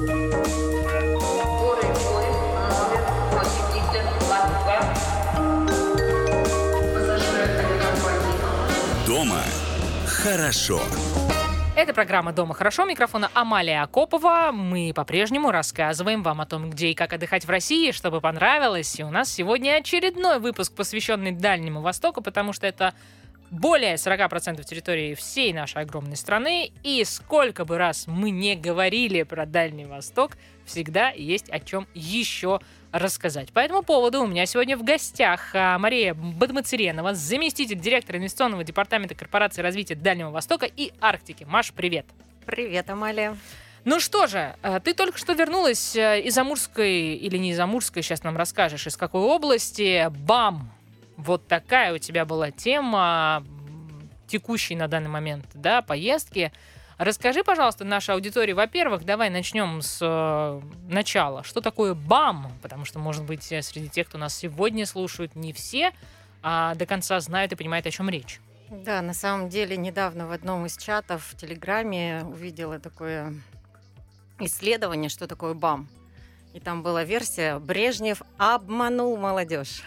Дома хорошо. Это программа «Дома хорошо». Микрофона Амалия Акопова. Мы по-прежнему рассказываем вам о том, где и как отдыхать в России, чтобы понравилось. И у нас сегодня очередной выпуск, посвященный Дальнему Востоку, потому что это более 40% территории всей нашей огромной страны. И сколько бы раз мы не говорили про Дальний Восток, всегда есть о чем еще рассказать. По этому поводу у меня сегодня в гостях Мария Бадмациренова, заместитель директора инвестиционного департамента корпорации развития Дальнего Востока и Арктики. Маш, привет. Привет, Амалия. Ну что же, ты только что вернулась из Амурской, или не из Амурской, сейчас нам расскажешь, из какой области. БАМ. Вот такая у тебя была тема текущей на данный момент, да, поездки. Расскажи, пожалуйста, нашей аудитории, во-первых, давай начнем с начала. Что такое БАМ? Потому что, может быть, среди тех, кто нас сегодня слушают, не все до конца знают и понимают, о чем речь. Да, на самом деле, недавно в одном из чатов в Телеграме увидела такое исследование, что такое БАМ. И там была версия «Брежнев обманул молодежь».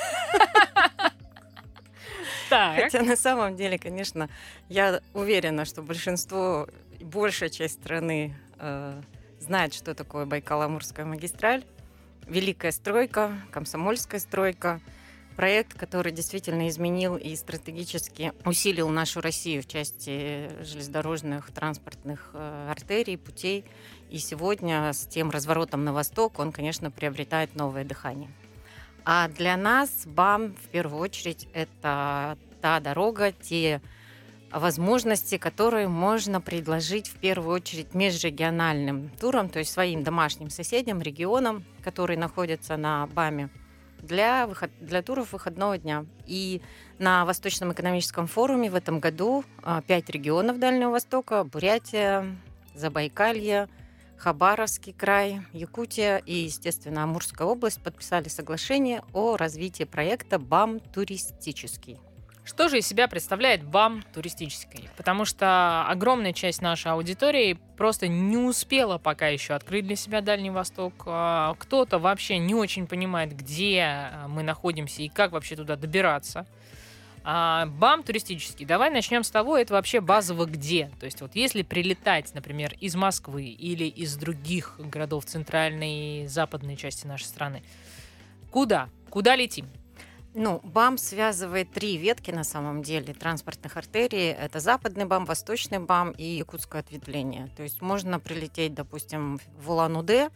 Так. Хотя на самом деле, конечно, я уверена, что большинство, большая часть страны знает, что такое Байкало-Амурская магистраль, великая стройка, комсомольская стройка, проект, который действительно изменил и стратегически усилил нашу Россию в части железнодорожных, транспортных артерий, путей. И сегодня с тем разворотом на восток он, конечно, приобретает новое дыхание. А для нас БАМ, в первую очередь, это та дорога, те возможности, которые можно предложить, в первую очередь, межрегиональным турам, то есть своим домашним соседям, регионам, которые находятся на БАМе, для туров выходного дня. И на Восточном экономическом форуме в этом году 5 регионов Дальнего Востока: Бурятия, Забайкалье, Хабаровский край, Якутия и, естественно, Амурская область подписали соглашение о развитии проекта БАМ туристический. Что же из себя представляет БАМ туристический? Потому что огромная часть нашей аудитории просто не успела пока еще открыть для себя Дальний Восток. Кто-то вообще не очень понимает, где мы находимся и как вообще туда добираться. БАМ туристический. Давай начнем с того, это вообще базово где. То есть вот если прилетать, например, из Москвы или из других городов центральной и западной части нашей страны, куда? Куда летим? Ну, БАМ связывает 3 ветки на самом деле транспортных артерий. Это западный БАМ, восточный БАМ и якутское ответвление. То есть можно прилететь, допустим, в Улан-Удэ,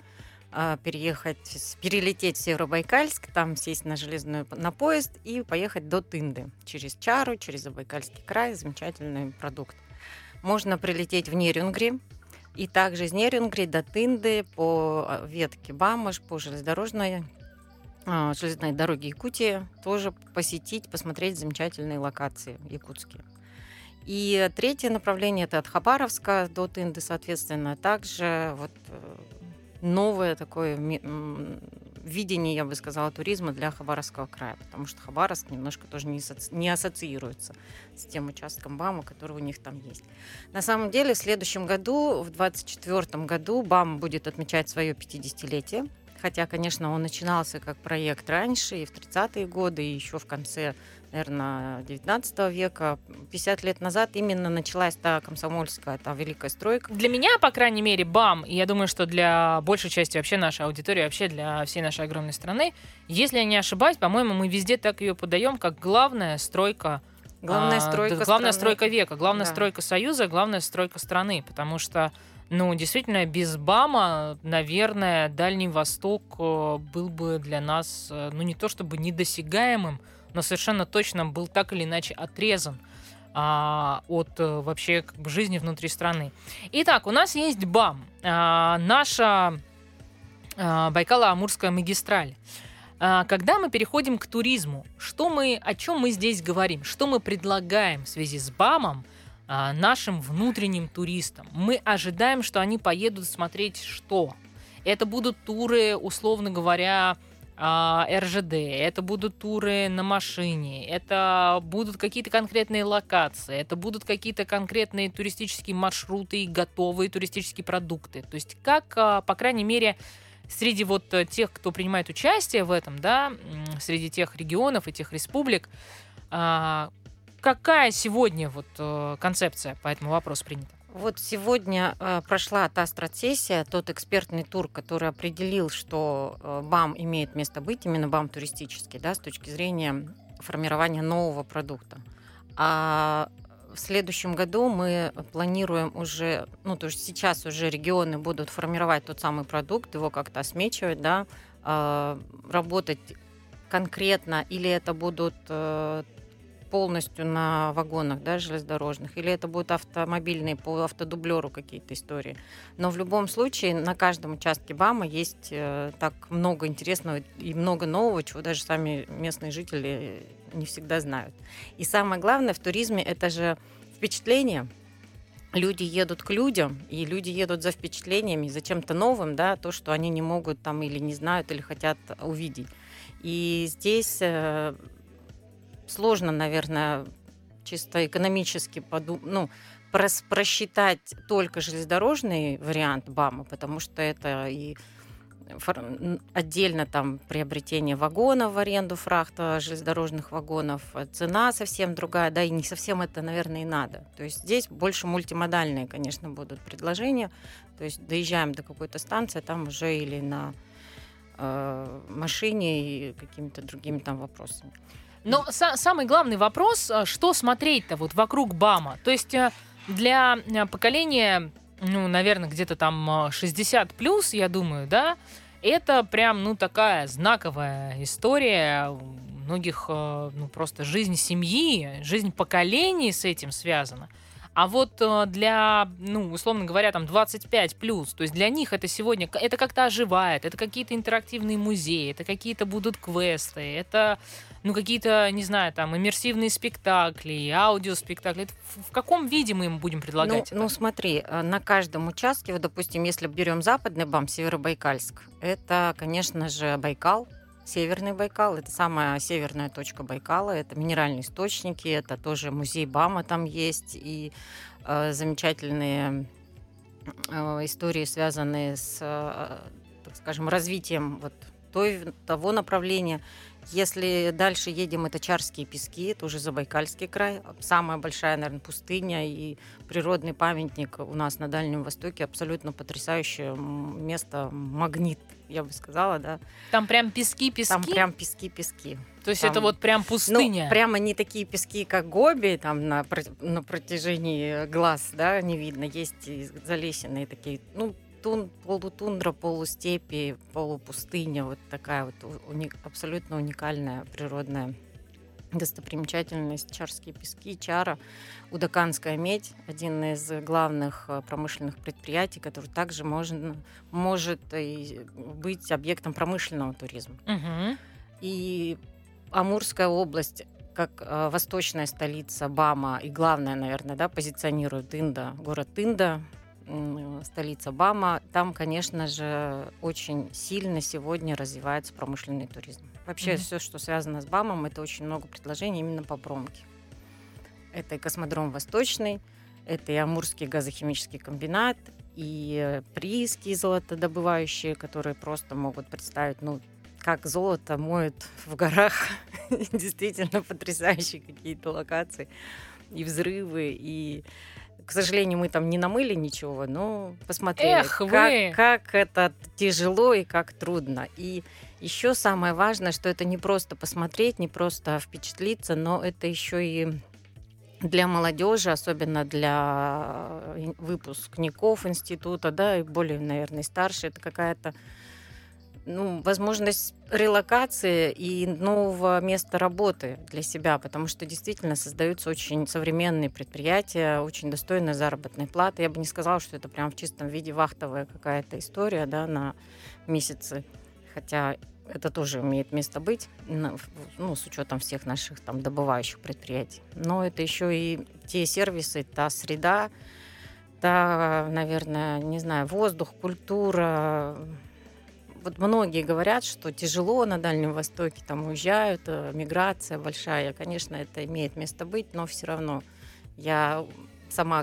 перелететь в Северобайкальск, там сесть на поезд и поехать до Тынды. Через Чару, через Забайкальский край. Замечательный продукт. Можно прилететь в Нерюнгри. И также из Нерюнгри до Тынды по ветке БАМа, по железнодорожной дороги Якутии, тоже посмотреть замечательные локации якутские. И третье направление — это от Хабаровска до Тынды, соответственно, также вот новое такое видение, я бы сказала, туризма для Хабаровского края, потому что Хабаровск немножко тоже не ассоциируется с тем участком БАМа, который у них там есть. На самом деле в следующем году, в 2024 году, БАМ будет отмечать свое 50-летие. Хотя, конечно, он начинался как проект раньше, и в 30-е годы, и еще в конце, наверное, 19 века. 50 лет назад именно началась та комсомольская, та великая стройка. Для меня, по крайней мере, БАМ, и я думаю, что для большей части вообще нашей аудитории, вообще для всей нашей огромной страны, если я не ошибаюсь, по-моему, мы везде так ее подаем, как главная стройка. Главная стройка века, главная да. Стройка Союза, главная стройка страны, потому что действительно, без БАМа, наверное, Дальний Восток был бы для нас, не то чтобы недосягаемым, но совершенно точно был так или иначе отрезан от вообще жизни внутри страны. Итак, у нас есть БАМ, наша Байкало-Амурская магистраль. Когда мы переходим к туризму, о чем мы здесь говорим, что мы предлагаем в связи с БАМом нашим внутренним туристам? Мы ожидаем, что они поедут смотреть что? Это будут туры, условно говоря, РЖД, это будут туры на машине, это будут какие-то конкретные локации, это будут какие-то конкретные туристические маршруты и готовые туристические продукты. То есть как, по крайней мере, среди вот тех, кто принимает участие в этом, да, среди тех регионов и тех республик, какая сегодня вот концепция по этому вопросу принята? Вот сегодня прошла та стратсессия, тот экспертный тур, который определил, что БАМ имеет место быть, именно БАМ туристический, да, с точки зрения формирования нового продукта. А в следующем году мы планируем уже, ну, то есть сейчас уже регионы будут формировать тот самый продукт, его как-то осмечивать, да, работать конкретно, или это будут полностью на вагонах, да, железнодорожных, или это будут автомобильные по автодублеру какие-то истории. Но в любом случае на каждом участке БАМа есть так много интересного и много нового, чего даже сами местные жители не всегда знают. И самое главное в туризме — это же впечатление. Люди едут к людям, и люди едут за впечатлениями, за чем-то новым, да, то, что они не могут там или не знают, или хотят увидеть. И здесь сложно, наверное, чисто экономически просчитать только железнодорожный вариант БАМа, потому что это и отдельно там приобретение вагонов в аренду, фрахта железнодорожных вагонов, цена совсем другая, да, и не совсем это, наверное, и надо. То есть здесь больше мультимодальные, конечно, будут предложения. То есть доезжаем до какой-то станции, там уже или на машине и какими-то другими там вопросами. Но самый главный вопрос, что смотреть-то вот вокруг БАМа? То есть для поколения, ну, наверное, где-то там 60+, я думаю, да, это прям, ну, такая знаковая история. У многих, ну, просто жизнь семьи, жизнь поколений с этим связана. А вот для, ну, условно говоря, там 25+, то есть для них это сегодня, это как-то оживает, это какие-то интерактивные музеи, это какие-то будут квесты, это, ну, какие-то, не знаю, там, иммерсивные спектакли, аудиоспектакли. Это в каком виде мы им будем предлагать? Ну, смотри, на каждом участке, вот, допустим, если берем западный БАМ, Северобайкальск, это, конечно же, Байкал, Северный Байкал, это самая северная точка Байкала, это минеральные источники, это тоже музей БАМа там есть, и замечательные истории, связанные с, так скажем, развитием вот того направления. Если дальше едем, это Чарские пески, это уже Забайкальский край, самая большая, наверное, пустыня и природный памятник у нас на Дальнем Востоке, абсолютно потрясающее место, магнит, я бы сказала, да. Там прям пески? Там прям пески. То есть там, это вот прям пустыня? Ну, прямо не такие пески, как Гоби, там на протяжении глаз, да, не видно. Есть и залесенные такие, ну, полутундра, полустепи, полупустыня, вот такая вот абсолютно уникальная природная достопримечательность. Чарские пески, Чара, Удаканская медь, один из главных промышленных предприятий, который также может быть объектом промышленного туризма. Угу. И Амурская область, как восточная столица БАМа, и главное, наверное, да, позиционирует город Инда, столица БАМа, там, конечно же, очень сильно сегодня развивается промышленный туризм. Вообще все, что связано с БАМом, это очень много предложений именно по промке. Это и космодром Восточный, это и Амурский газохимический комбинат, и прииски золотодобывающие, которые просто могут представить, ну, как золото моют в горах. Действительно потрясающие какие-то локации, и взрывы, и... К сожалению, мы там не намыли ничего, но посмотрели, как это тяжело и как трудно. И еще самое важное, что это не просто посмотреть, не просто впечатлиться, но это еще и для молодежи, особенно для выпускников института, да, и более, наверное, старше, это какая-то, ну, возможность релокации и нового места работы для себя, потому что действительно создаются очень современные предприятия, очень достойная заработная плата. Я бы не сказала, что это прям в чистом виде вахтовая какая-то история, да, на месяцы, хотя это тоже имеет место быть, ну, с учетом всех наших там добывающих предприятий. Но это еще и те сервисы, та среда, та, наверное, не знаю, воздух, культура, вот многие говорят, что тяжело на Дальнем Востоке, там уезжают, миграция большая. Конечно, это имеет место быть, но все равно я сама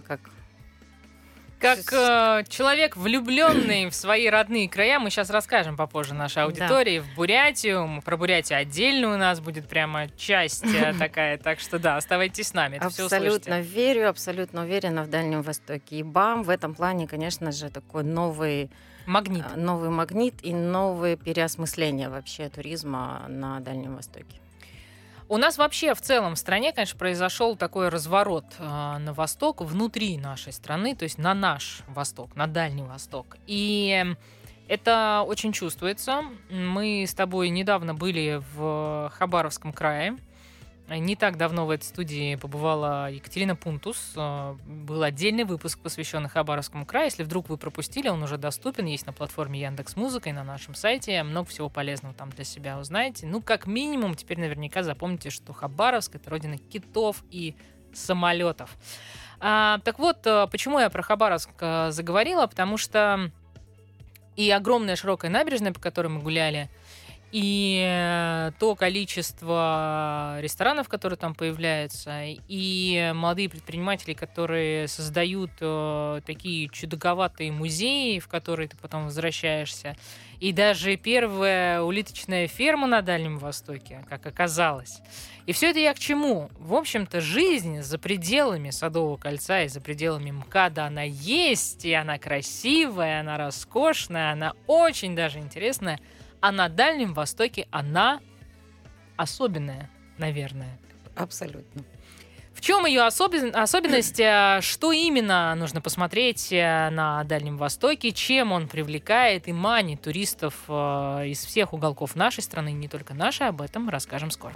человек, влюбленный в свои родные края, мы сейчас расскажем попозже нашей аудитории, в Бурятию. Про Бурятию отдельно у нас будет прямо часть такая. Так что да, оставайтесь с нами. Абсолютно верю, абсолютно уверена в Дальнем Востоке. И БАМ в этом плане, конечно же, такой новый магнит и новое переосмысление вообще туризма на Дальнем Востоке. У нас вообще в целом в стране, конечно, произошел такой разворот на восток, внутри нашей страны, то есть на наш восток, на Дальний Восток. И это очень чувствуется. Мы с тобой недавно были в Хабаровском крае. Не так давно в этой студии побывала Екатерина Пунтус. Был отдельный выпуск, посвященный Хабаровскому краю. Если вдруг вы пропустили, он уже доступен, есть на платформе Яндекс.Музыка и на нашем сайте. Много всего полезного там для себя узнаете. Ну, как минимум, теперь наверняка запомните, что Хабаровск — это родина китов и самолетов. Так вот, почему я про Хабаровск заговорила? Потому что и огромная широкая набережная, по которой мы гуляли, и то количество ресторанов, которые там появляются, и молодые предприниматели, которые создают такие чудаковатые музеи, в которые ты потом возвращаешься, и даже первая улиточная ферма на Дальнем Востоке, как оказалось. И все это я к чему? В общем-то, жизнь за пределами Садового кольца и за пределами МКАДа, она есть, и она красивая, она роскошная, она очень даже интересная. А на Дальнем Востоке она особенная, наверное. Абсолютно. В чем ее особенность? Что именно нужно посмотреть на Дальнем Востоке? Чем он привлекает и манит туристов из всех уголков нашей страны, не только нашей? Об этом расскажем скоро.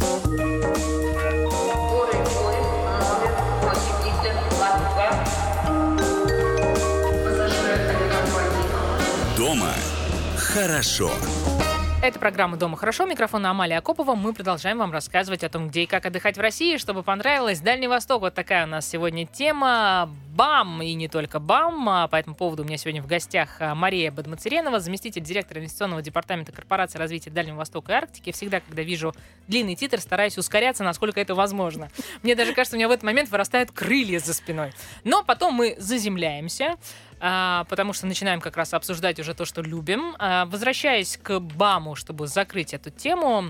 Дома хорошо. Это программа «Дома хорошо». Микрофон Амалия Акопова. Мы продолжаем вам рассказывать о том, где и как отдыхать в России, чтобы понравилось. Дальний Восток. Вот такая у нас сегодня тема. БАМ и не только БАМ. По этому поводу у меня сегодня в гостях Мария Бадмацеренова, заместитель директора инвестиционного департамента корпорации развития Дальнего Востока и Арктики. Всегда, когда вижу длинный титр, стараюсь ускоряться, насколько это возможно. Мне даже кажется, у меня в этот момент вырастают крылья за спиной. Но потом мы заземляемся, потому что начинаем как раз обсуждать уже то, что любим. Возвращаясь к БАМу, чтобы закрыть эту тему,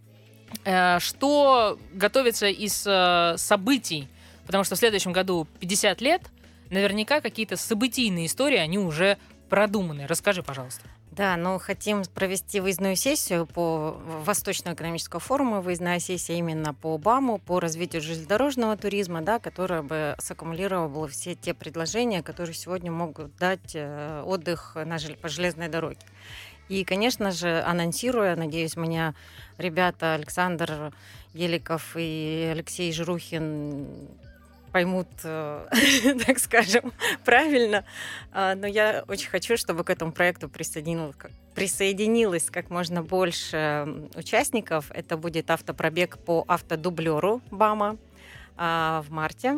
что готовится из событий, потому что в следующем году 50 лет, наверняка какие-то событийные истории, они уже продуманы. Расскажи, пожалуйста. Да, хотим провести выездную сессию по Восточному экономическому форуму, выездная сессия именно по БАМу, по развитию железнодорожного туризма, да, которая бы саккумулировала все те предложения, которые сегодня могут дать отдых по железной дороге. И, конечно же, анонсируя, надеюсь, меня ребята Александр Еликов и Алексей Жирухин поймут, так скажем, правильно. Но я очень хочу, чтобы к этому проекту присоединилось как можно больше участников. Это будет автопробег по автодублеру БАМа в марте.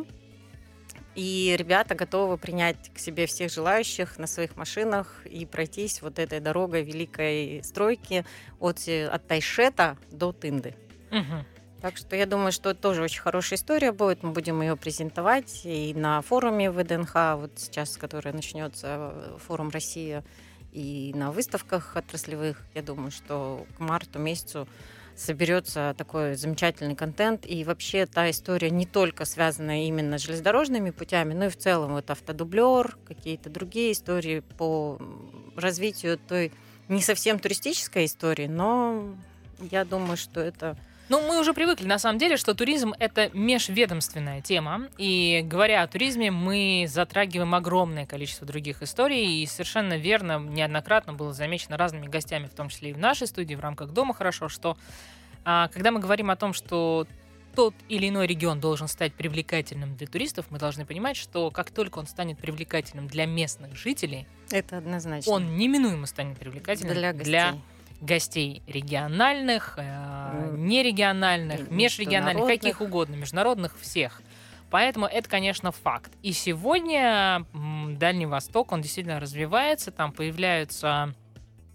И ребята готовы принять к себе всех желающих на своих машинах и пройтись вот этой дорогой великой стройки от Тайшета до Тынды. Угу. Так что я думаю, что это тоже очень хорошая история будет. Мы будем ее презентовать и на форуме ВДНХ, вот сейчас, который начнется, форум «Россия», и на выставках отраслевых. Я думаю, что к марту месяцу соберется такой замечательный контент. И вообще та история не только связанная именно с железнодорожными путями, но и в целом вот автодублер, какие-то другие истории по развитию той не совсем туристической истории, но я думаю, что это... Мы уже привыкли, на самом деле, что туризм — это межведомственная тема. И говоря о туризме, мы затрагиваем огромное количество других историй. И совершенно верно, неоднократно было замечено разными гостями, в том числе и в нашей студии, в рамках «Дома хорошо», что когда мы говорим о том, что тот или иной регион должен стать привлекательным для туристов, мы должны понимать, что как только он станет привлекательным для местных жителей, это однозначно, он неминуемо станет привлекательным для гостей региональных, нерегиональных, межрегиональных, каких угодно, международных, всех. Поэтому это, конечно, факт. И сегодня Дальний Восток, он действительно развивается, там появляются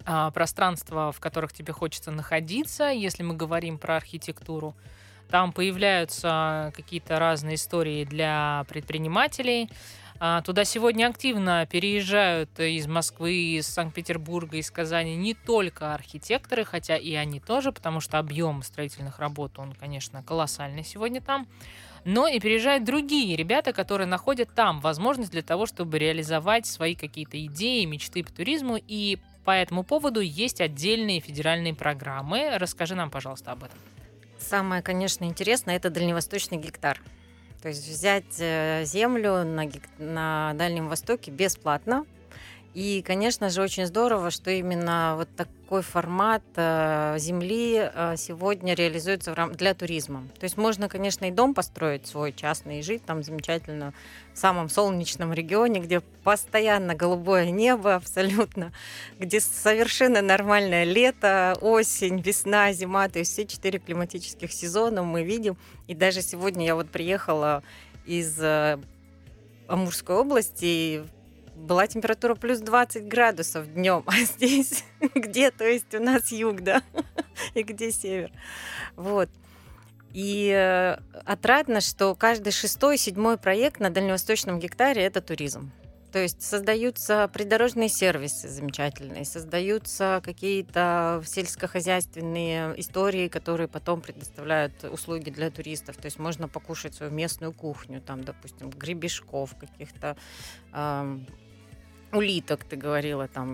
пространства, в которых тебе хочется находиться, если мы говорим про архитектуру. Там появляются какие-то разные истории для предпринимателей. Туда сегодня активно переезжают из Москвы, из Санкт-Петербурга, из Казани не только архитекторы, хотя и они тоже, потому что объем строительных работ, он, конечно, колоссальный сегодня там. Но и переезжают другие ребята, которые находят там возможность для того, чтобы реализовать свои какие-то идеи, мечты по туризму. И по этому поводу есть отдельные федеральные программы. Расскажи нам, пожалуйста, об этом. Самое, конечно, интересное – это дальневосточный гектар. То есть взять землю на Дальнем Востоке бесплатно. И, конечно же, очень здорово, что именно вот такой формат земли сегодня реализуется для туризма. То есть можно, конечно, и дом построить свой частный и жить там замечательно в самом солнечном регионе, где постоянно голубое небо абсолютно, где совершенно нормальное лето, осень, весна, зима, то есть все 4 климатических сезона мы видим. И даже сегодня я вот приехала из Амурской области, была температура плюс 20 градусов днем, а здесь где, то есть у нас юг, да, и где север. Вот. И отрадно, что каждый 6-7 проект на дальневосточном гектаре – это туризм. То есть создаются придорожные сервисы замечательные, создаются какие-то сельскохозяйственные истории, которые потом предоставляют услуги для туристов. То есть можно покушать свою местную кухню, там, допустим, гребешков каких-то, улиток, ты говорила, там,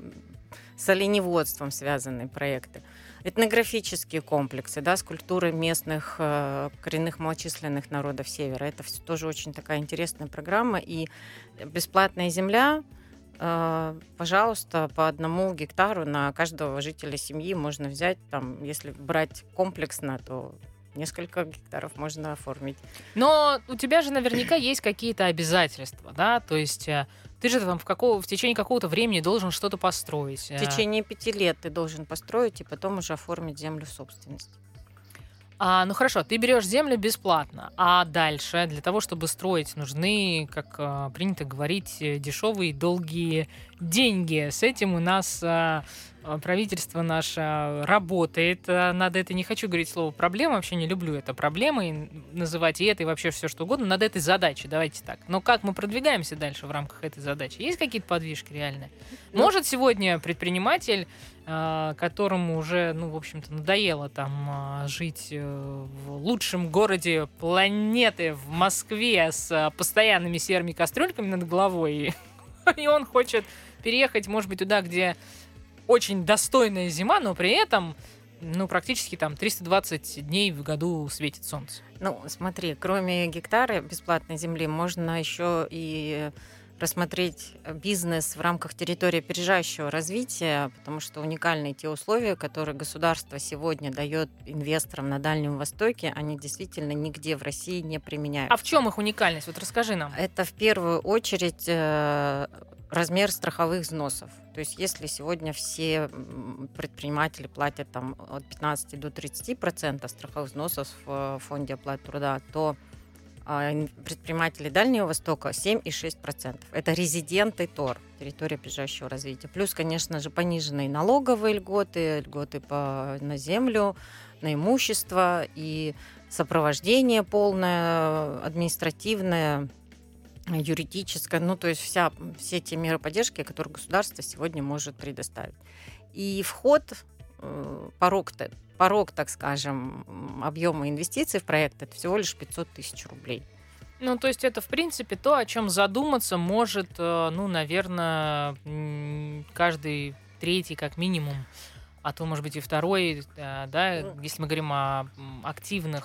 с оленеводством связанные проекты. Этнографические комплексы, да, с культурой местных коренных малочисленных народов Севера. Это все тоже очень такая интересная программа. И бесплатная земля, пожалуйста, по 1 гектару на каждого жителя семьи можно взять. Там, если брать комплексно, то несколько гектаров можно оформить. Но у тебя же наверняка есть какие-то обязательства, да? То есть ты же там в течение какого-то времени должен что-то построить. В течение 5 лет ты должен построить и потом уже оформить землю в собственность. Ну хорошо, ты берешь землю бесплатно, а дальше для того, чтобы строить, нужны, как принято говорить, дешевые долгие деньги. С этим у нас правительство наше работает над этой, не хочу говорить слово проблема, вообще не люблю это проблемой называть, и это, и вообще все что угодно, над этой задачей, давайте так. Но как мы продвигаемся дальше в рамках этой задачи? Есть какие-то подвижки реальные? Может сегодня предприниматель, которому уже, в общем-то, надоело там жить в лучшем городе планеты, в Москве, с постоянными серыми кастрюльками над головой, и он хочет переехать, может быть, туда, где очень достойная зима, но при этом, практически там 320 дней в году светит солнце. Смотри, кроме гектара бесплатной земли, можно еще и рассмотреть бизнес в рамках территории опережающего развития, потому что уникальные те условия, которые государство сегодня дает инвесторам на Дальнем Востоке, они действительно нигде в России не применяются. А в чем их уникальность? Вот расскажи нам. Это в первую очередь размер страховых взносов. То есть если сегодня все предприниматели платят там от 15 до 30% страховых взносов в фонде оплаты труда, то предприниматели Дальнего Востока 7,6%. Это резиденты ТОР, территория опережающего развития. Плюс, конечно же, пониженные налоговые льготы на землю, на имущество и сопровождение полное, административное, юридическое, то есть все те меры поддержки, которые государство сегодня может предоставить. И порог, так скажем, объема инвестиций в проект – это всего лишь 500 тысяч рублей. То есть это, в принципе, то, о чем задуматься может, наверное, каждый третий как минимум, а то, может быть, и второй, да, если мы говорим об активной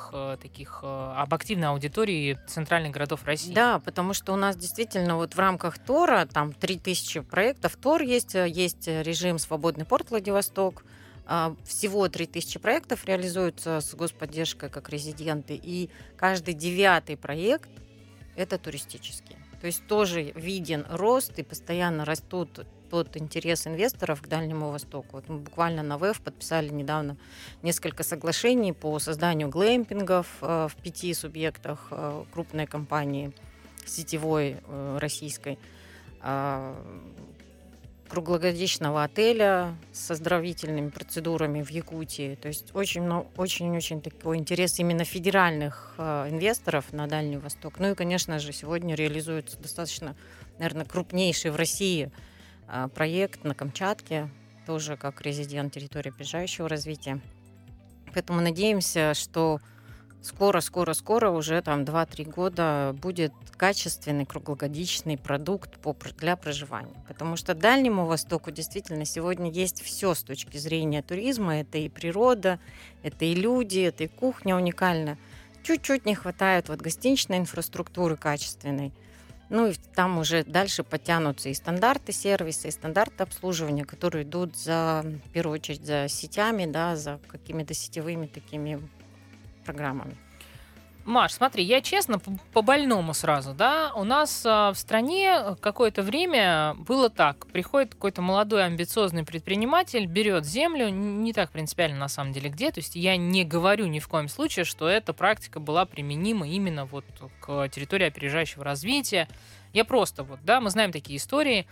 аудитории центральных городов России. Да, потому что у нас действительно в рамках ТОРа, там 3000 проектов ТОР есть режим «Свободный порт Владивосток», всего 3000 проектов реализуются с господдержкой как резиденты, и каждый 9-й проект – это туристический. То есть тоже виден рост, и постоянно растут тот интерес инвесторов к Дальнему Востоку. Мы буквально на ВЭФ подписали недавно несколько соглашений по созданию глэмпингов в 5 субъектах крупной компании сетевой российской. круглогодичного отеля с оздоровительными процедурами в Якутии. То есть очень такой интерес именно федеральных инвесторов на Дальний Восток. Ну и, конечно же, сегодня реализуется достаточно, наверное, крупнейший в России проект на Камчатке, тоже как резидент территории опережающего развития. Поэтому надеемся, что скоро уже там 2-3 года будет качественный круглогодичный продукт для проживания. Потому что Дальнему Востоку действительно сегодня есть все с точки зрения туризма. Это и природа, это и люди, это и кухня уникальная. Чуть-чуть не хватает гостиничной инфраструктуры качественной. Ну и там уже дальше подтянутся и стандарты сервиса, и стандарты обслуживания, которые идут в первую очередь за сетями, да, за какими-то сетевыми такими программами. Маш, смотри, я честно, по-больному сразу, да, у нас в стране какое-то время было так, приходит какой-то молодой амбициозный предприниматель, берет землю, не так принципиально на самом деле где, то есть я не говорю ни в коем случае, что эта практика была применима именно к территории опережающего развития, я просто мы знаем такие истории,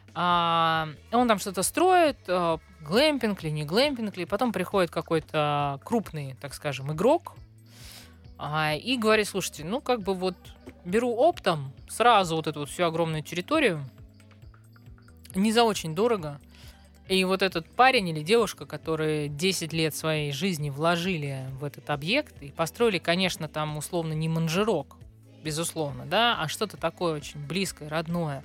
он там что-то строит, глэмпинг ли, не глэмпинг ли, потом приходит какой-то крупный, так скажем, игрок, и говорит: слушайте, беру оптом сразу эту всю огромную территорию, не за очень дорого, и этот парень или девушка, которые 10 лет своей жизни вложили в этот объект и построили, конечно, там условно не манжерок, безусловно, да, а что-то такое очень близкое, родное,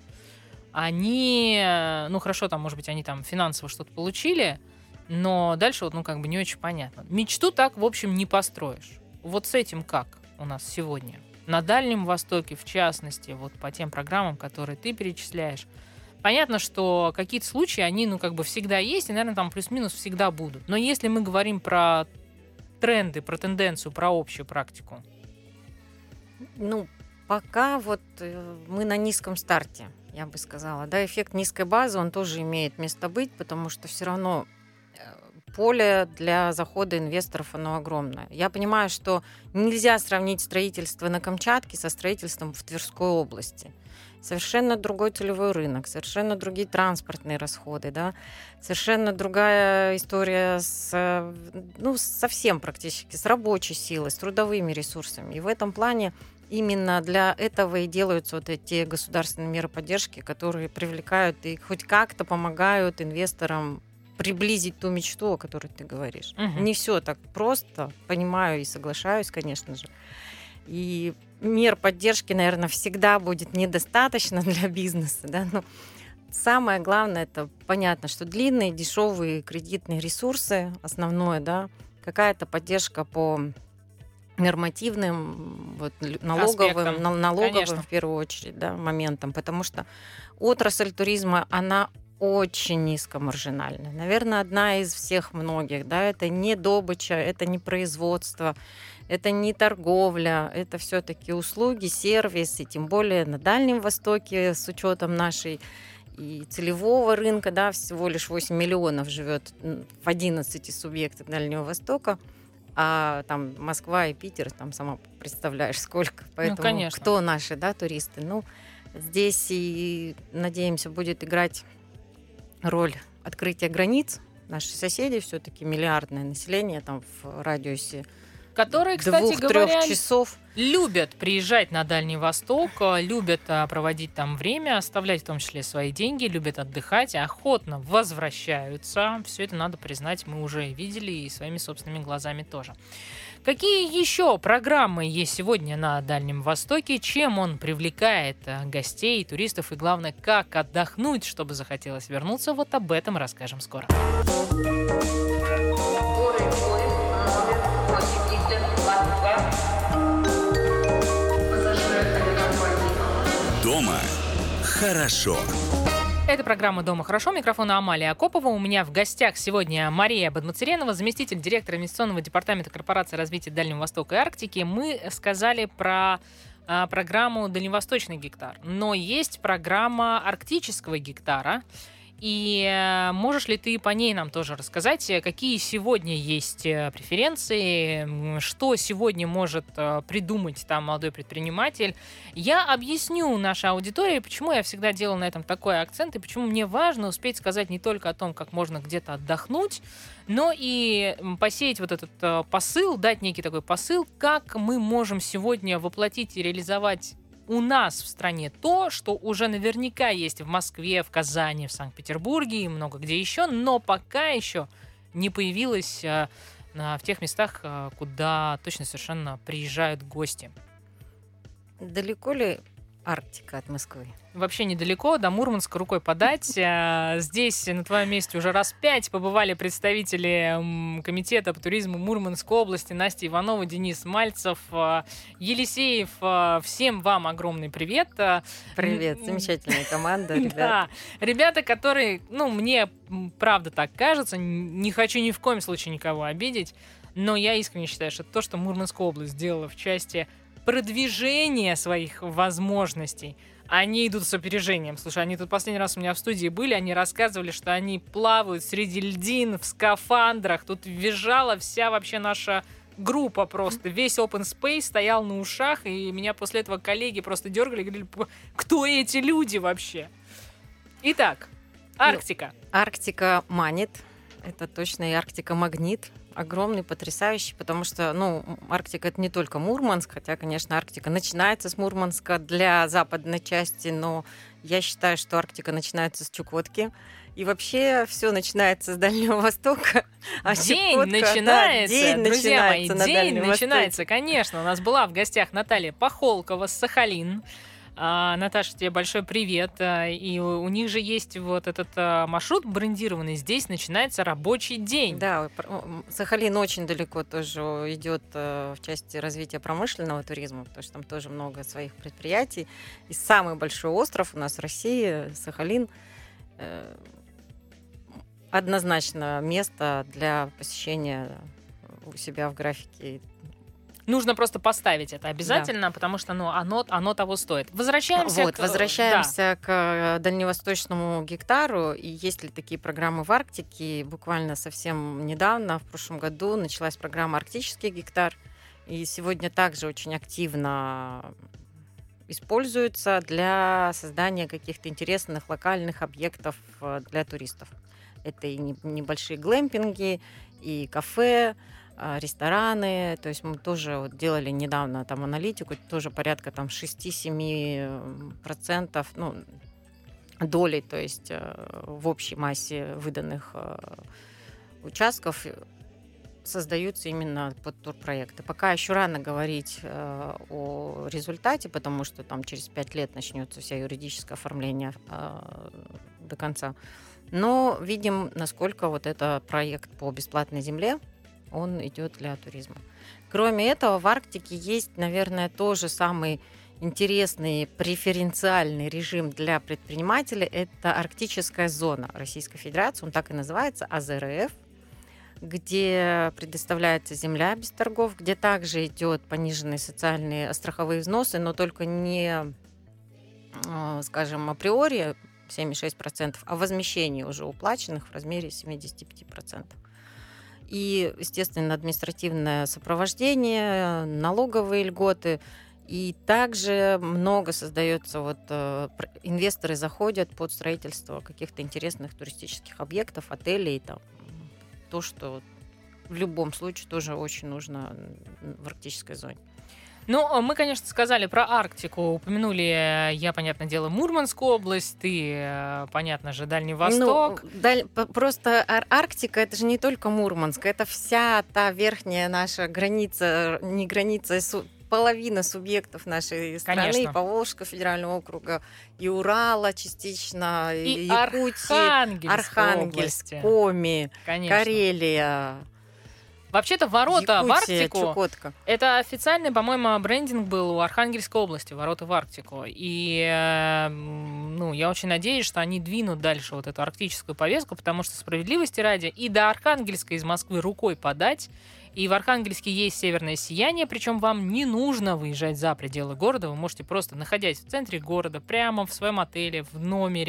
они, хорошо, там, может быть, они там финансово что-то получили, но дальше не очень понятно. Мечту так, в общем, не построишь. С этим как у нас сегодня? На Дальнем Востоке, в частности, по тем программам, которые ты перечисляешь, понятно, что какие-то случаи, они, всегда есть, и, наверное, там плюс-минус всегда будут. Но если мы говорим про тренды, про тенденцию, про общую практику? Пока мы на низком старте, я бы сказала. Да, эффект низкой базы, он тоже имеет место быть, потому что все равно поле для захода инвесторов, оно огромное. Я понимаю, что нельзя сравнить строительство на Камчатке со строительством в Тверской области. Совершенно другой целевой рынок, совершенно другие транспортные расходы, да? Совершенно другая история совсем практически с рабочей силой, с трудовыми ресурсами. И в этом плане именно для этого и делаются эти государственные меры поддержки, которые привлекают и хоть как-то помогают инвесторам приблизить ту мечту, о которой ты говоришь. Угу. Не все так просто, понимаю и соглашаюсь, конечно же. И мер поддержки, наверное, всегда будет недостаточно для бизнеса, да? Но самое главное, это понятно, что длинные, дешевые кредитные ресурсы, основное, да, какая-то поддержка по нормативным, налоговым в первую очередь, да, моментам, потому что отрасль туризма, она очень низкомаржинальная. Наверное, одна из всех многих. Да? Это не добыча, это не производство, это не торговля, это все-таки услуги, сервис, и тем более на Дальнем Востоке с учетом нашей и целевого рынка, да, всего лишь 8 миллионов живет в 11 субъектах Дальнего Востока, а там Москва и Питер, там сама представляешь, сколько. Поэтому кто наши, да, туристы? Здесь и, надеемся, будет играть роль открытия границ. Наши соседи все-таки миллиардное население там в радиусе которые, кстати говоря, 2-3 часов. Любят приезжать на Дальний Восток, любят проводить там время, оставлять в том числе свои деньги, любят отдыхать, охотно возвращаются. Все это надо признать, мы уже видели и своими собственными глазами тоже. Какие еще программы есть сегодня на Дальнем Востоке? Чем он привлекает гостей, туристов и, главное, как отдохнуть, чтобы захотелось вернуться? Вот об этом расскажем скоро. Дома хорошо. Это программа «Дома хорошо». Микрофон Амалия Акопова. У меня в гостях сегодня Мария Бадмацаренова, заместитель директора инвестиционного департамента корпорации развития Дальнего Востока и Арктики. Мы сказали про программу «Дальневосточный гектар». Но есть программа арктического гектара. И можешь ли ты по ней нам тоже рассказать, какие сегодня есть преференции, что сегодня может придумать там молодой предприниматель? Я объясню нашей аудитории, почему я всегда делаю на этом такой акцент, и почему мне важно успеть сказать не только о том, как можно где-то отдохнуть, но и посеять вот этот посыл, дать некий такой посыл, как мы можем сегодня воплотить и реализовать у нас в стране то, что уже наверняка есть в Москве, в Казани, в Санкт-Петербурге и много где еще, но пока еще не появилось в тех местах, куда точно совершенно приезжают гости. Далеко ли Арктика от Москвы? Вообще недалеко, до Мурманска рукой подать. Здесь на твоем месте уже раз 5 побывали представители комитета по туризму Мурманской области: Настя Иванова, Денис Мальцев, Елисеев. Всем вам огромный привет. Привет, замечательная команда, ребята. Да, ребята, которые, мне правда так кажется, не хочу ни в коем случае никого обидеть, но я искренне считаю, что то, что Мурманская область сделала в части продвижения своих возможностей, они идут с опережением. Слушай, они тут последний раз у меня в студии были, они рассказывали, что они плавают среди льдин в скафандрах. Тут визжала вся вообще наша группа просто. Весь open space стоял на ушах, и меня после этого коллеги просто дергали и говорили: кто эти люди вообще? Итак, Арктика. Арктика манит. Это точно и Арктика магнит. Огромный, потрясающий, потому что, Арктика — это не только Мурманск, хотя, конечно, Арктика начинается с Мурманска для западной части, но я считаю, что Арктика начинается с Чукотки, и вообще все начинается с Дальнего Востока. День Чукотка, начинается, день друзья мои, начинается на день Дальнем начинается, Востоке. конечно. У нас была в гостях Наталья Пахолкова с Сахалин. Наташа, тебе большой привет. И у них же есть вот этот маршрут брендированный. Здесь начинается рабочий день. Да, Сахалин очень далеко тоже идет в части развития промышленного туризма, потому что там тоже много своих предприятий. И самый большой остров у нас в России, Сахалин, однозначно место для посещения у себя в графике. Нужно просто поставить это обязательно, потому что оно того стоит. Возвращаемся к дальневосточному гектару. И есть ли такие программы в Арктике? Буквально совсем недавно, в прошлом году, началась программа «Арктический гектар». И сегодня также очень активно используется для создания каких-то интересных локальных объектов для туристов. Это и небольшие глэмпинги, и кафе, рестораны. То есть мы тоже делали недавно там аналитику, тоже порядка 6-7% долей, то есть в общей массе выданных участков создаются именно под турпроекты. Пока еще рано говорить о результате, потому что там через 5 лет начнется вся юридическое оформление до конца. Но видим, насколько вот это проект по бесплатной земле, он идет для туризма. Кроме этого, в Арктике есть, наверное, тоже самый интересный преференциальный режим для предпринимателей. Это арктическая зона Российской Федерации, он так и называется, АЗРФ, где предоставляется земля без торгов, где также идет пониженные социальные страховые взносы, но только не, скажем, априори 7,6%, а возмещение уже уплаченных в размере 75%. И, естественно, административное сопровождение, налоговые льготы. И также много создается, инвесторы заходят под строительство каких-то интересных туристических объектов, отелей, то, что в любом случае тоже очень нужно в арктической зоне. Мы, конечно, сказали про Арктику, упомянули, я, понятное дело, Мурманскую область, ты, понятно же, Дальний Восток. Просто Арктика — это же не только Мурманск, это вся та верхняя наша граница, не граница, половина субъектов нашей страны, Конечно. Поволжского федерального округа, и Урала частично, И Якутии, Архангельск, Коми, Конечно. Карелия. Вообще-то ворота в Якутия, Арктику Чукотка. Это официальный, по-моему, брендинг был у Архангельской области, ворота в Арктику. И я очень надеюсь, что они двинут дальше вот эту арктическую повестку, потому что, справедливости ради, и до Архангельска из Москвы рукой подать. И в Архангельске есть северное сияние, причем вам не нужно выезжать за пределы города. Вы можете просто, находясь в центре города, прямо в своем отеле, в номере,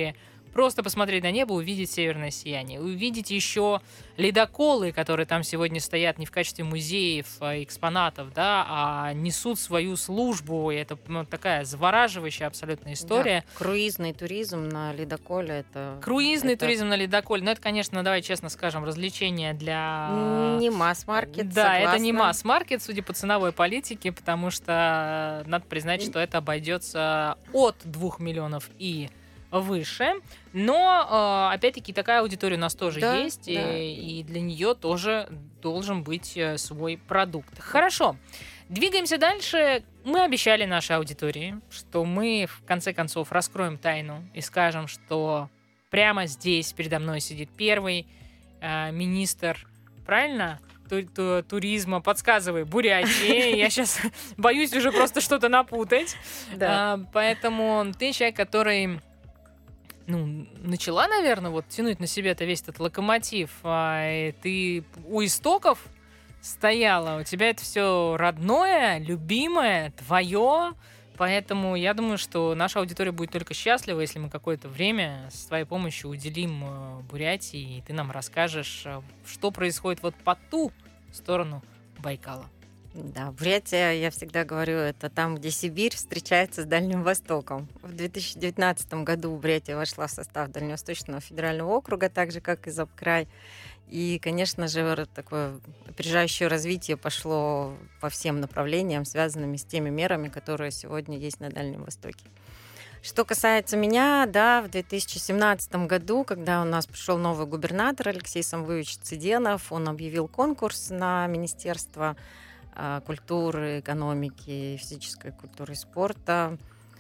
просто посмотреть на небо, увидеть северное сияние, увидеть еще ледоколы, которые там сегодня стоят не в качестве музеев, экспонатов, да, а несут свою службу. И это такая завораживающая абсолютно история. Да, круизный туризм на ледоколе это... Круизный туризм на ледоколе, это, конечно, давай честно скажем, развлечение для... Не масс-маркет, Да, согласна. это не масс-маркет, судя по ценовой политике, потому что надо признать, что это обойдется от 2 миллионов и выше. Но, опять-таки, такая аудитория у нас тоже есть, да. И для нее тоже должен быть свой продукт. Хорошо. Двигаемся дальше. Мы обещали нашей аудитории, что мы, в конце концов, раскроем тайну и скажем, что прямо здесь передо мной сидит первый министр, правильно? Туризма, подсказывай, Бурятии. Я сейчас боюсь уже просто что-то напутать. Да. Поэтому ты человек, который... начала, наверное, тянуть на себя-то весь этот локомотив, и ты у истоков стояла, у тебя это все родное, любимое, твое, поэтому я думаю, что наша аудитория будет только счастлива, если мы какое-то время с твоей помощью уделим Бурятии, и ты нам расскажешь, что происходит по ту сторону Байкала. Да, Бурятия, я всегда говорю, это там, где Сибирь встречается с Дальним Востоком. В 2019 году Бурятия вошла в состав Дальневосточного федерального округа, так же, как и Забкрай. И, конечно же, такое опережающее развитие пошло по всем направлениям, связанными с теми мерами, которые сегодня есть на Дальнем Востоке. Что касается меня, да, в 2017 году, когда у нас пришел новый губернатор Алексей Самвуевич Цыденов, он объявил конкурс на Министерство культуры, экономики, физической культуры и спорта,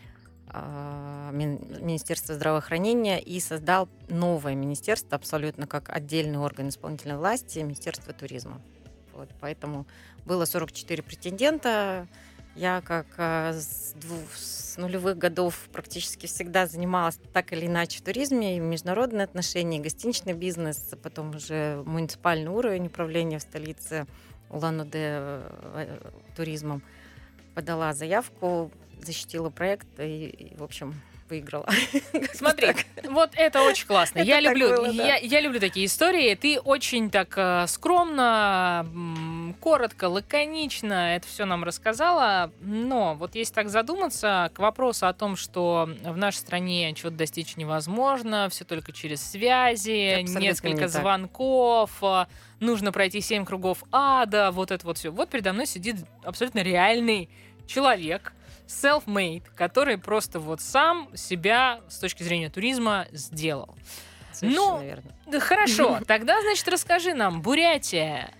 Министерство здравоохранения и создал новое министерство, абсолютно как отдельный орган исполнительной власти, Министерство туризма. Поэтому было 44 претендента. Я как с нулевых годов практически всегда занималась так или иначе в туризме, и международные отношения, и гостиничный бизнес, потом уже муниципальный уровень управления в столице Улан-Удэ туризмом. Подала заявку, защитила проект и в общем, выиграла. Смотри, вот это очень классно. Я люблю такие истории. Ты очень так скромно, коротко, лаконично это все нам рассказала. Но вот если так задуматься, к вопросу о том, что в нашей стране чего-то достичь невозможно, все только через связи, несколько звонков, нужно пройти 7 кругов ада, вот это вот все. Вот передо мной сидит абсолютно реальный человек, self-made, который просто сам себя с точки зрения туризма сделал. Совершенно верно. Хорошо, тогда, значит, расскажи нам, Бурятия,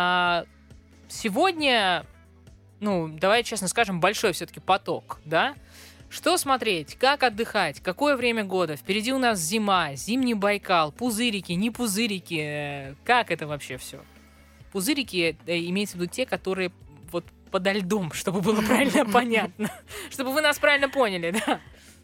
сегодня, давай честно скажем, большой все-таки поток, да? Что смотреть, как отдыхать, какое время года? Впереди у нас зима, зимний Байкал, пузырики, не пузырики. Как это вообще все? Пузырики имеется в виду те, которые подо льдом, чтобы было правильно понятно. Чтобы вы нас правильно поняли, да?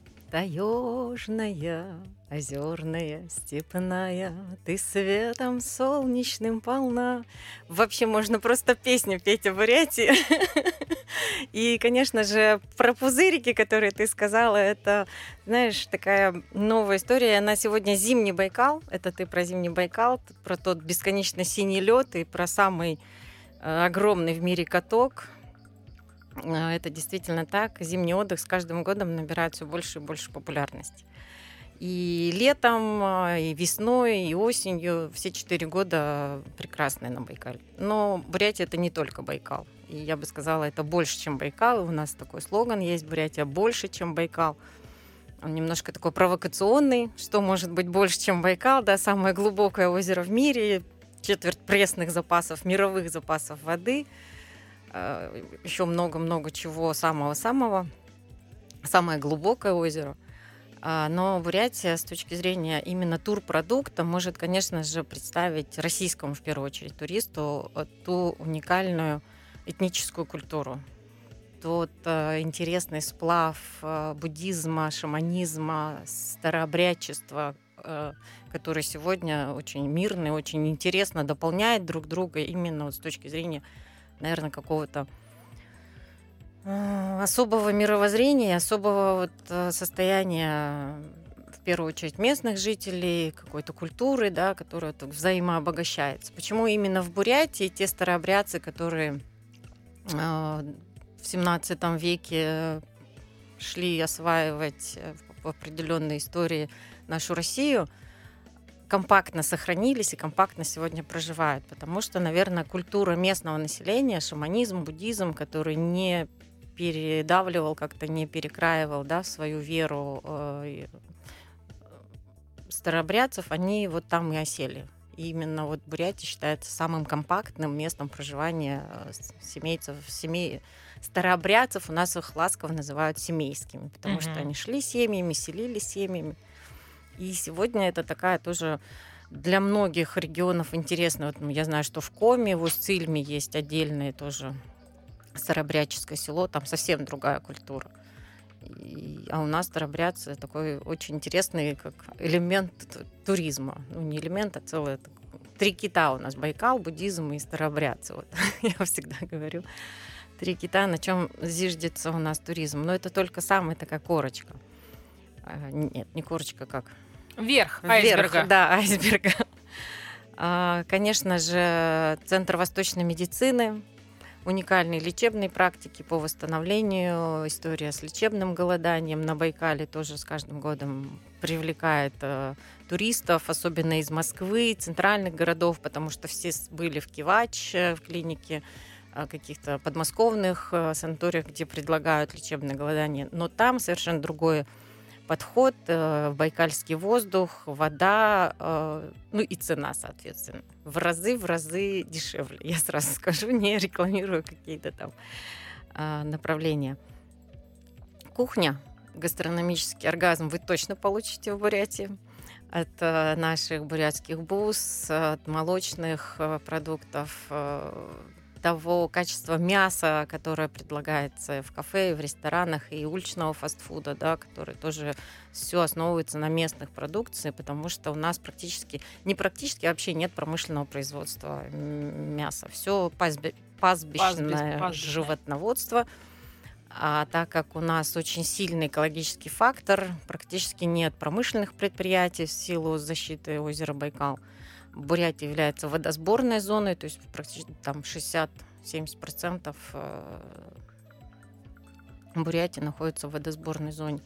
Таежная, озерная, степная, ты светом солнечным полна. Вообще можно просто песню петь о Бурятии. И, конечно же, про пузырики, которые ты сказала, это, знаешь, такая новая история. Она сегодня зимний Байкал. Это ты про зимний Байкал, про тот бесконечно синий лед и про самый огромный в мире каток. Это действительно так. Зимний отдых с каждым годом набирает все больше и больше популярности. И летом, и весной, и осенью все 4 года прекрасные на Байкале. Но Бурятия — это не только Байкал. И я бы сказала, это больше, чем Байкал. У нас такой слоган есть: Бурятия больше, чем Байкал. Он немножко такой провокационный. Что может быть больше, чем Байкал? Да, самое глубокое озеро в мире, четверть пресных запасов, мировых запасов воды. Еще много-много чего самого-самого. Самое глубокое озеро. Но Бурятия с точки зрения именно турпродукта может, конечно же, представить российскому, в первую очередь, туристу ту уникальную этническую культуру. Тот интересный сплав буддизма, шаманизма, старообрядчества, который сегодня очень мирный, очень интересно дополняет друг друга именно с точки зрения, наверное, какого-то особого мировоззрения, особого состояния, в первую очередь местных жителей, какой-то культуры, да, которая так взаимообогащается. Почему именно в Бурятии те старообрядцы, которые в 17 веке шли осваивать в определенной истории нашу Россию, компактно сохранились и компактно сегодня проживают. Потому что, наверное, культура местного населения, шаманизм, буддизм, который не передавливал, как-то не перекраивал, да, свою веру старообрядцев, они вот там и осели. И именно вот Бурятия считается самым компактным местом проживания семей старообрядцев. У нас их ласково называют семейскими, потому что они шли семьями, селились семьями. И сегодня это такая тоже для многих регионов интересная. Вот я знаю, что в Коми, в Усть-Цильме есть отдельное тоже старообрядческое село, там совсем другая культура. А у нас старообрядцы такой очень интересный как элемент туризма. Ну, не элемент, а целое. 3 кита у нас: Байкал, буддизм и старообрядцы. Вот. Я всегда говорю. 3 кита, на чем зиждется у нас туризм. Но это только самая такая корочка. Нет, не корочка, как? Верх айсберга. Да, айсберга. Конечно же, Центр восточной медицины, уникальные лечебные практики по восстановлению, история с лечебным голоданием на Байкале тоже с каждым годом привлекает туристов, особенно из Москвы, центральных городов, потому что все были в Кивач, в клинике, каких-то подмосковных санаториях, где предлагают лечебное голодание. Но там совершенно другой подход, байкальский воздух, вода, ну и цена, соответственно, в разы дешевле. Я сразу скажу, не рекламирую какие-то там направления. Кухня, гастрономический оргазм вы точно получите в Бурятии от наших бурятских буз, от молочных продуктов, того качества мяса, которое предлагается в кафе, в ресторанах, и уличного фастфуда, да, который тоже все основывается на местных продукции, потому что у нас вообще нет промышленного производства мяса. Все пастбищное животноводство. А так как у нас очень сильный экологический фактор, практически нет промышленных предприятий в силу защиты озера Байкал. Бурятия является водосборной зоной, то есть практически там 60-70% Бурятии находится в водосборной зоне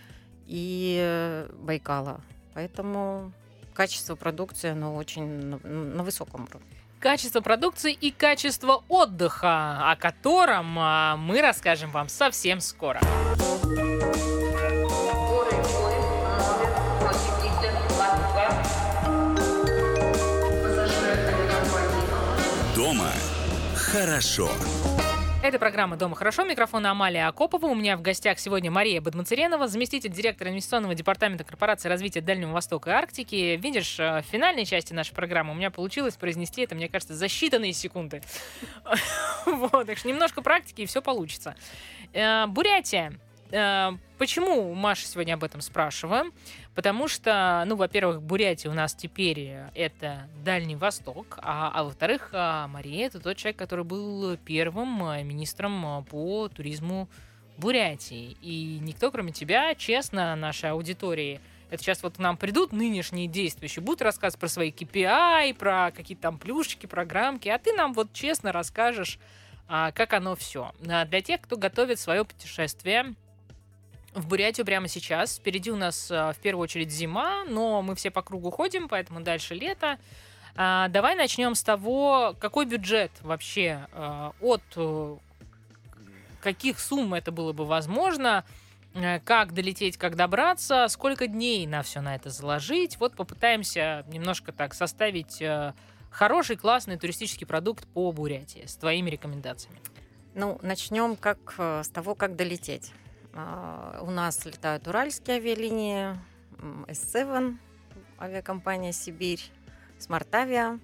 и Байкала. Поэтому качество продукции, оно очень на высоком уровне. Качество продукции и качество отдыха, о котором мы расскажем вам совсем скоро. Дома хорошо. Это программа «Дома хорошо». Микрофон Амалия Акопова. У меня в гостях сегодня Мария Бадмацаренова, заместитель директора инвестиционного департамента корпорации развития Дальнего Востока и Арктики. Видишь, в финальной части нашей программы у меня получилось произнести это, мне кажется, за считанные секунды. Вот, так что немножко практики, и все получится. Бурятия. Почему у Маши сегодня об этом спрашиваем? Потому что, ну, во-первых, Бурятия у нас теперь это Дальний Восток, а во-вторых, Мария — это тот человек, который был первым министром по туризму Бурятии. И никто, кроме тебя, честно, нашей аудитории, это сейчас вот к нам придут нынешние действующие, будут рассказывать про свои KPI, про какие-то там плюшечки, программки, а ты нам вот честно расскажешь, как оно все. Для тех, кто готовит свое путешествие в Бурятию прямо сейчас. Впереди у нас в первую очередь зима, но мы все по кругу ходим, поэтому дальше лето. Давай начнем с того, какой бюджет вообще, от каких сумм это было бы возможно, как долететь, как добраться, сколько дней на все на это заложить. Вот попытаемся немножко так составить хороший, классный туристический продукт по Бурятии с твоими рекомендациями. Ну, начнем с того, как долететь. У нас летают уральские авиалинии, S7, авиакомпания «Сибирь», Смартавиа.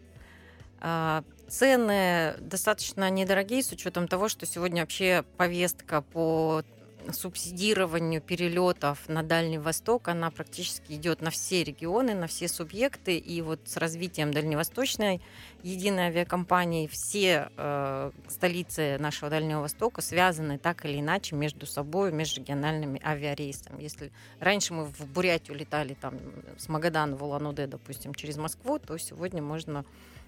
Цены достаточно недорогие, с учетом того, что сегодня вообще повестка по субсидированию перелетов на Дальний Восток, она практически идет на все регионы, на все субъекты. И вот с развитием дальневосточной единой авиакомпании все столицы нашего Дальнего Востока связаны так или иначе между собой, межрегиональными авиарейсами. Если раньше мы в Бурятию летали там, с Магадана в Улан-Удэ, допустим, через Москву, то сегодня можно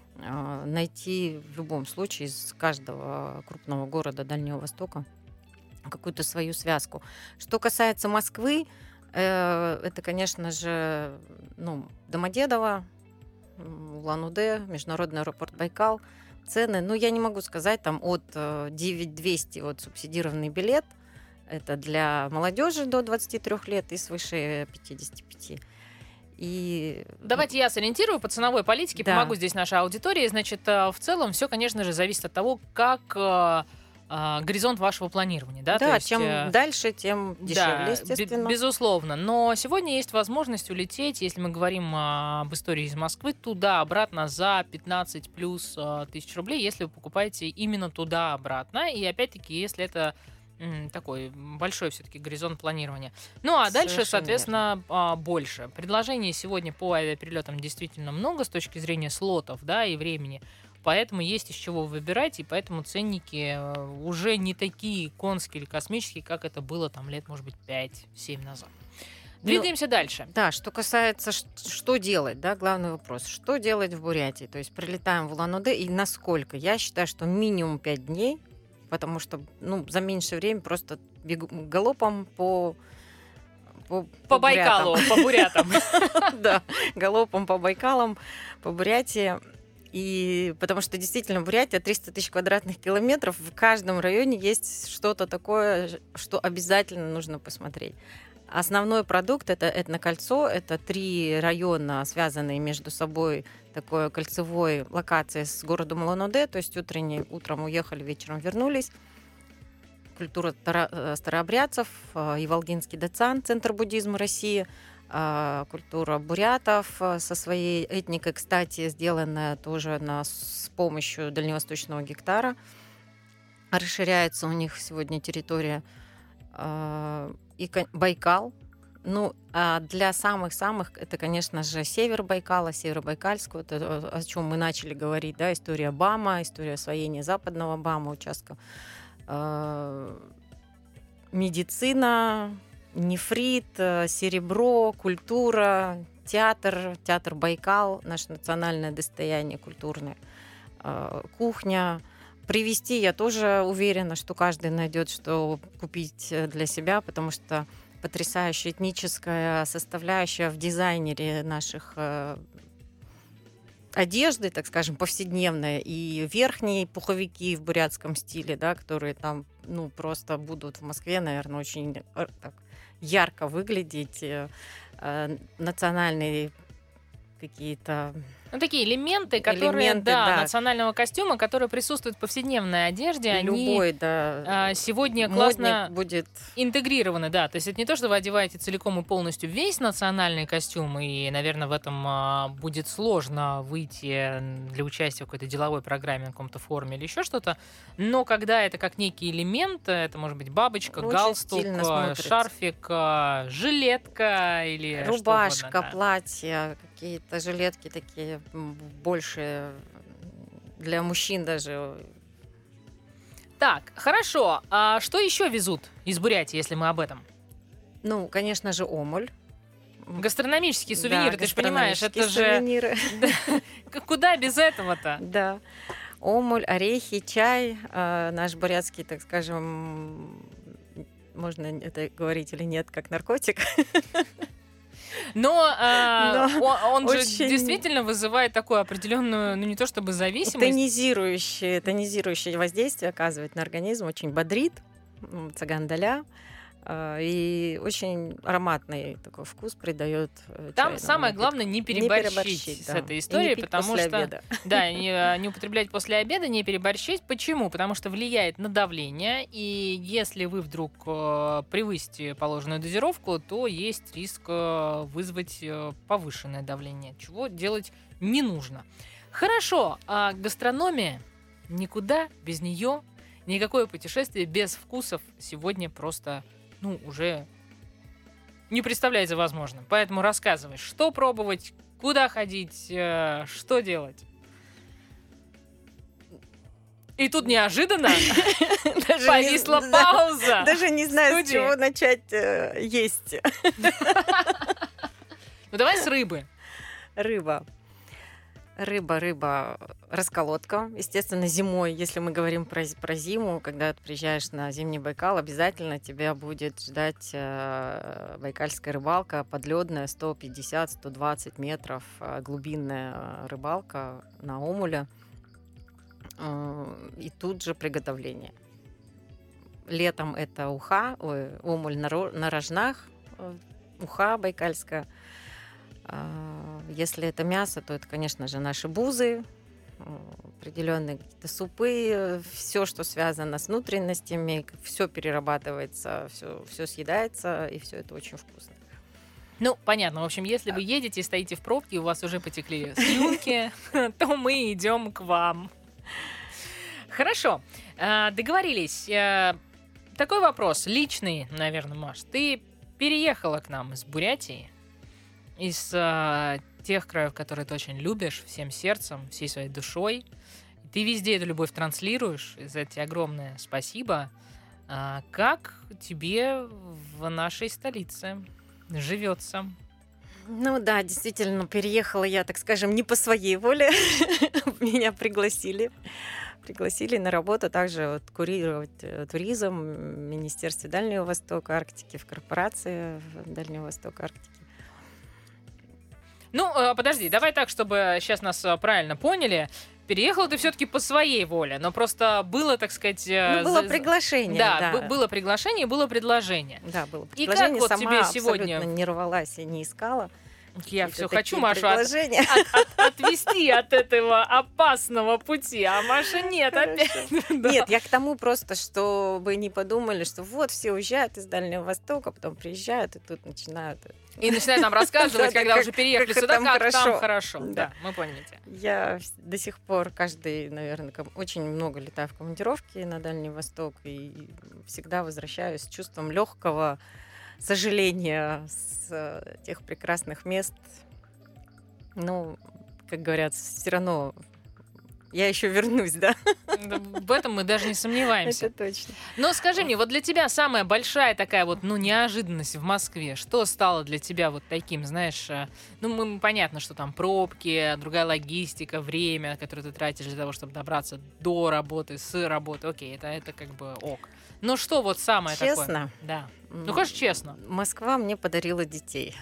найти в любом случае из каждого крупного города Дальнего Востока какую-то свою связку. Что касается Москвы, это, конечно же, Домодедово, Улан-Удэ, международный аэропорт Байкал. Цены, я не могу сказать, там от 9200 вот субсидированный билет. Это для молодежи до 23 лет и свыше 55. И... Давайте я сориентирую по ценовой политике, помогу здесь нашей аудитории. Значит, в целом все, конечно же, зависит от того, как горизонт вашего планирования. Да, то есть, чем дальше, тем дешевле, да, естественно. Безусловно. Но сегодня есть возможность улететь, если мы говорим об истории из Москвы, туда-обратно за 15 плюс тысяч рублей, если вы покупаете именно туда-обратно. И опять-таки, если это такой большой все-таки горизонт планирования. Ну, а дальше, соответственно, больше. Предложений сегодня по авиаперелетам действительно много с точки зрения слотов, да, и времени. Поэтому есть из чего выбирать, и поэтому ценники уже не такие конские или космические, как это было там лет, может быть, 5-7 назад. Двигаемся дальше. Да, что касается, что делать, да, главный вопрос. Что делать в Бурятии? То есть прилетаем в Улан-Удэ, и насколько? Я считаю, что минимум 5 дней, потому что за меньшее время просто галопом по Байкалу, по бурятам. Да, галопом по Байкалам, по Бурятии. И потому что действительно Бурятия 300 тысяч квадратных километров, в каждом районе есть что-то такое, что обязательно нужно посмотреть. Основной продукт — это этнокольцо, это 3 района, связанные между собой такой кольцевой локацией с городом Улан-Удэ, то есть утром уехали, вечером вернулись. Культура старообрядцев, Евалгинский Дацан, Центр буддизма России, культура бурятов со своей этникой, кстати, сделанная тоже с помощью дальневосточного гектара. Расширяется у них сегодня территория. И Байкал. А для самых-самых это, конечно же, север Байкала, Северобайкальского, это о чем мы начали говорить, да, история БАМа, история освоения западного БАМа, участка. Медицина, нефрит, серебро, культура, театр Байкал, наше национальное достояние культурное, кухня. Привезти я тоже уверена, что каждый найдет, что купить для себя, потому что потрясающая этническая составляющая в дизайнере наших одежды, так скажем, повседневная, и верхние пуховики в бурятском стиле, да, которые там, просто будут в Москве, наверное, очень так ярко выглядеть, национальные какие-то... такие элементы, которые, национального костюма, которые присутствуют в повседневной одежде, любой, они сегодня классно будет интегрированы, да. То есть это не то, что вы одеваете целиком и полностью весь национальный костюм, и, наверное, в этом будет сложно выйти для участия в какой-то деловой программе, на каком-то форуме или еще что-то, но когда это как некий элемент, это может быть бабочка, очень галстук, шарфик, жилетка или рубашка, что угодно, платье, какие-то жилетки такие больше для мужчин даже. Так, хорошо. А что еще везут из Бурятии, если мы об этом? Конечно же, омуль. Гастрономические сувениры, ты же понимаешь, это сувениры. же... Куда без этого-то? Да. Омуль, орехи, чай. Наш бурятский, так скажем, можно это говорить или нет, как наркотик. Но он же действительно вызывает такую определенную, не то чтобы зависимость. Тонизирующее воздействие оказывает на организм, очень бодрит, цагандаля. И очень ароматный такой вкус придает. Там самое главное не переборщить с этой историей, потому что не употреблять после обеда, не переборщить. Почему? Потому что влияет на давление, и если вы вдруг превысите положенную дозировку, то есть риск вызвать повышенное давление, чего делать не нужно. Хорошо, а гастрономия, никуда без нее, никакое путешествие без вкусов сегодня просто уже не представляется возможным. Поэтому рассказывай, что пробовать, куда ходить, что делать. И тут неожиданно повисла пауза. Даже не знаю, с чего начать есть. Ну давай с рыбы. Рыба, расколотка. Естественно, зимой, если мы говорим про зиму, когда ты приезжаешь на Зимний Байкал, обязательно тебя будет ждать байкальская рыбалка, подледная, 150-120 метров, глубинная рыбалка на омуле. И тут же приготовление. Летом это уха, омуль на рожнах, уха байкальская. Если это мясо, то это, конечно же, наши бузы, определенные какие-то супы, все, что связано с внутренностями, все перерабатывается, все съедается, и все это очень вкусно. Ну, понятно. В общем, если вы едете и стоите в пробке, и у вас уже потекли слюнки, то мы идем к вам. Хорошо. Договорились. Такой вопрос личный, наверное, Маш. Ты переехала к нам из Бурятии, из тех краев, которые ты очень любишь всем сердцем, всей своей душой. Ты везде эту любовь транслируешь, и за это огромное спасибо. Как тебе в нашей столице живется? Ну да, действительно, переехала я, так скажем, не по своей воле. Меня пригласили на работу также курировать туризм в Министерстве Дальнего Востока, Арктики, в корпорации Дальнего Востока, Арктики. Ну, подожди, давай так, чтобы сейчас нас правильно поняли. Переехала ты все-таки по своей воле, но просто было, так сказать... было приглашение, да. Было приглашение, было предложение. Да, было предложение. И как вот сама тебе сегодня... абсолютно не рвалась и не искала. Я все хочу Машу отвести от этого опасного пути, а Маша нет опять. Нет, я к тому просто, чтобы не подумали, что вот все уезжают из Дальнего Востока, потом приезжают и тут начинают... И начинают нам рассказывать, когда уже переехали сюда, как там хорошо. Да, мы поняли тебя. Я до сих пор наверное, очень много летаю в командировки на Дальний Восток и всегда возвращаюсь с чувством легкого сожаления с тех прекрасных мест. Ну, как говорят, все равно я еще вернусь, да? В этом мы даже не сомневаемся. Это точно. Но скажи мне, вот для тебя самая большая такая вот, неожиданность в Москве, что стало для тебя вот таким, знаешь, понятно, что там пробки, другая логистика, время, которое ты тратишь для того, чтобы добраться до работы, с работы, окей, это как бы ок. Но что вот самое такое? Честно? Да. Конечно, честно. Москва мне подарила детей.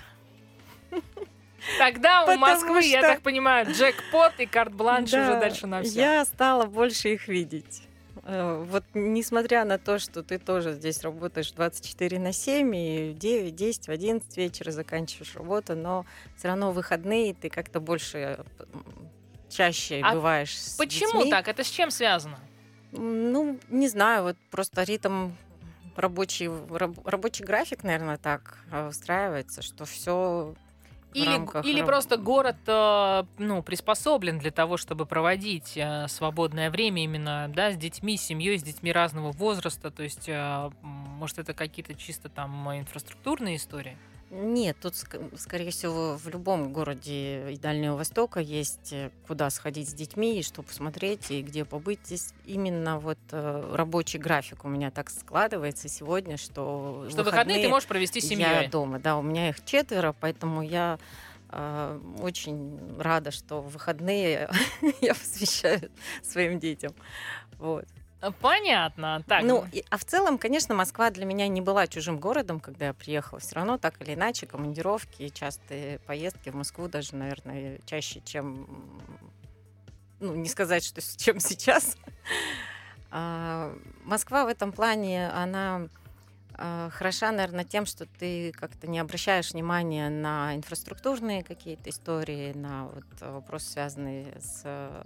Тогда у Москвы, я так понимаю, джекпот и карт-бланш уже дальше на все. Я стала больше их видеть. Вот несмотря на то, что ты тоже здесь работаешь 24/7, и в 9, 10, в 11 вечера заканчиваешь работу, но все равно в выходные ты как-то больше, чаще бываешь с почему детьми. так? Это с чем связано? Ну, не знаю, вот просто ритм рабочий график, наверное, так устраивается, что все... Или просто город приспособлен для того, чтобы проводить свободное время именно с детьми, с семьей, с детьми разного возраста. То есть, может, это какие-то чисто там инфраструктурные истории? Нет, тут, скорее всего, в любом городе Дальнего Востока есть куда сходить с детьми, и что посмотреть, и где побыть. Здесь именно вот рабочий график у меня так складывается сегодня, что выходные ты можешь провести с семьей. Я дома, да, у меня их 4, поэтому я очень рада, что в выходные я посвящаю своим детям. Вот. Понятно. Так. А в целом, конечно, Москва для меня не была чужим городом, когда я приехала. Все равно так или иначе, командировки, частые поездки в Москву даже, наверное, чаще, чем... не сказать, что чем сейчас. Москва в этом плане, она хороша, наверное, тем, что ты как-то не обращаешь внимания на инфраструктурные какие-то истории, на вопросы, связанные с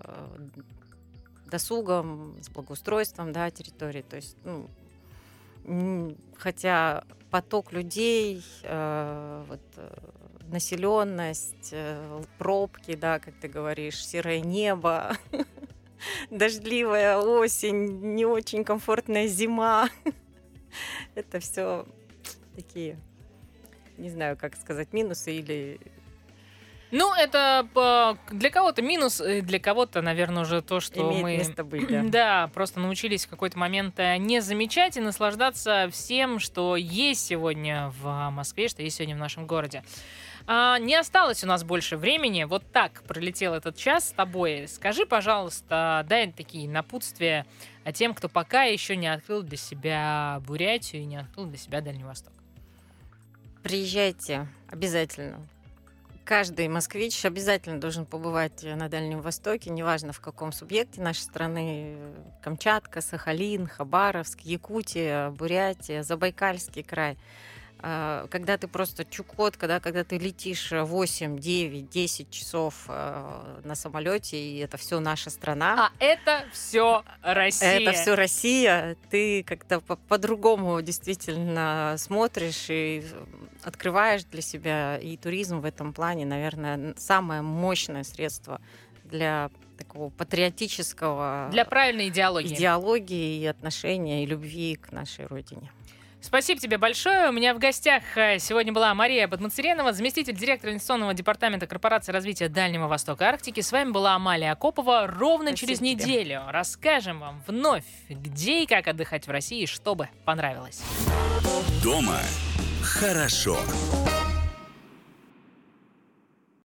досугом, с благоустройством, территории. То есть, хотя поток людей, населенность, пробки, как ты говоришь, серое небо, дождливая осень, не очень комфортная зима, это все такие, не знаю, как сказать, минусы или... Ну, это для кого-то минус, для кого-то, наверное, уже то, что Имеет мы... место быть, да. Да, просто научились в какой-то момент не замечать и наслаждаться всем, что есть сегодня в Москве, что есть сегодня в нашем городе. Не осталось у нас больше времени. Вот так пролетел этот час с тобой. Скажи, пожалуйста, дай такие напутствия тем, кто пока еще не открыл для себя Бурятию и не открыл для себя Дальний Восток. Приезжайте обязательно. Каждый москвич обязательно должен побывать на Дальнем Востоке, неважно в каком субъекте нашей страны. Камчатка, Сахалин, Хабаровск, Якутия, Бурятия, Забайкальский край. Когда ты просто Чукотка, да, когда ты летишь 8, 9, 10 часов на самолете, и это все наша страна. А это все Россия. Это все Россия. Ты как-то по-другому действительно смотришь и открываешь для себя. И туризм в этом плане, наверное, самое мощное средство для такого патриотического... Для правильной идеологии и отношения, и любви к нашей родине. Спасибо тебе большое. У меня в гостях сегодня была Мария Бадмацеренова, заместитель директора инвестиционного департамента корпорации развития Дальнего Востока и Арктики. С вами была Амалия Акопова. Ровно Спасибо через тебе. неделю расскажем вам вновь, где и как отдыхать в России, чтобы понравилось. Дома хорошо.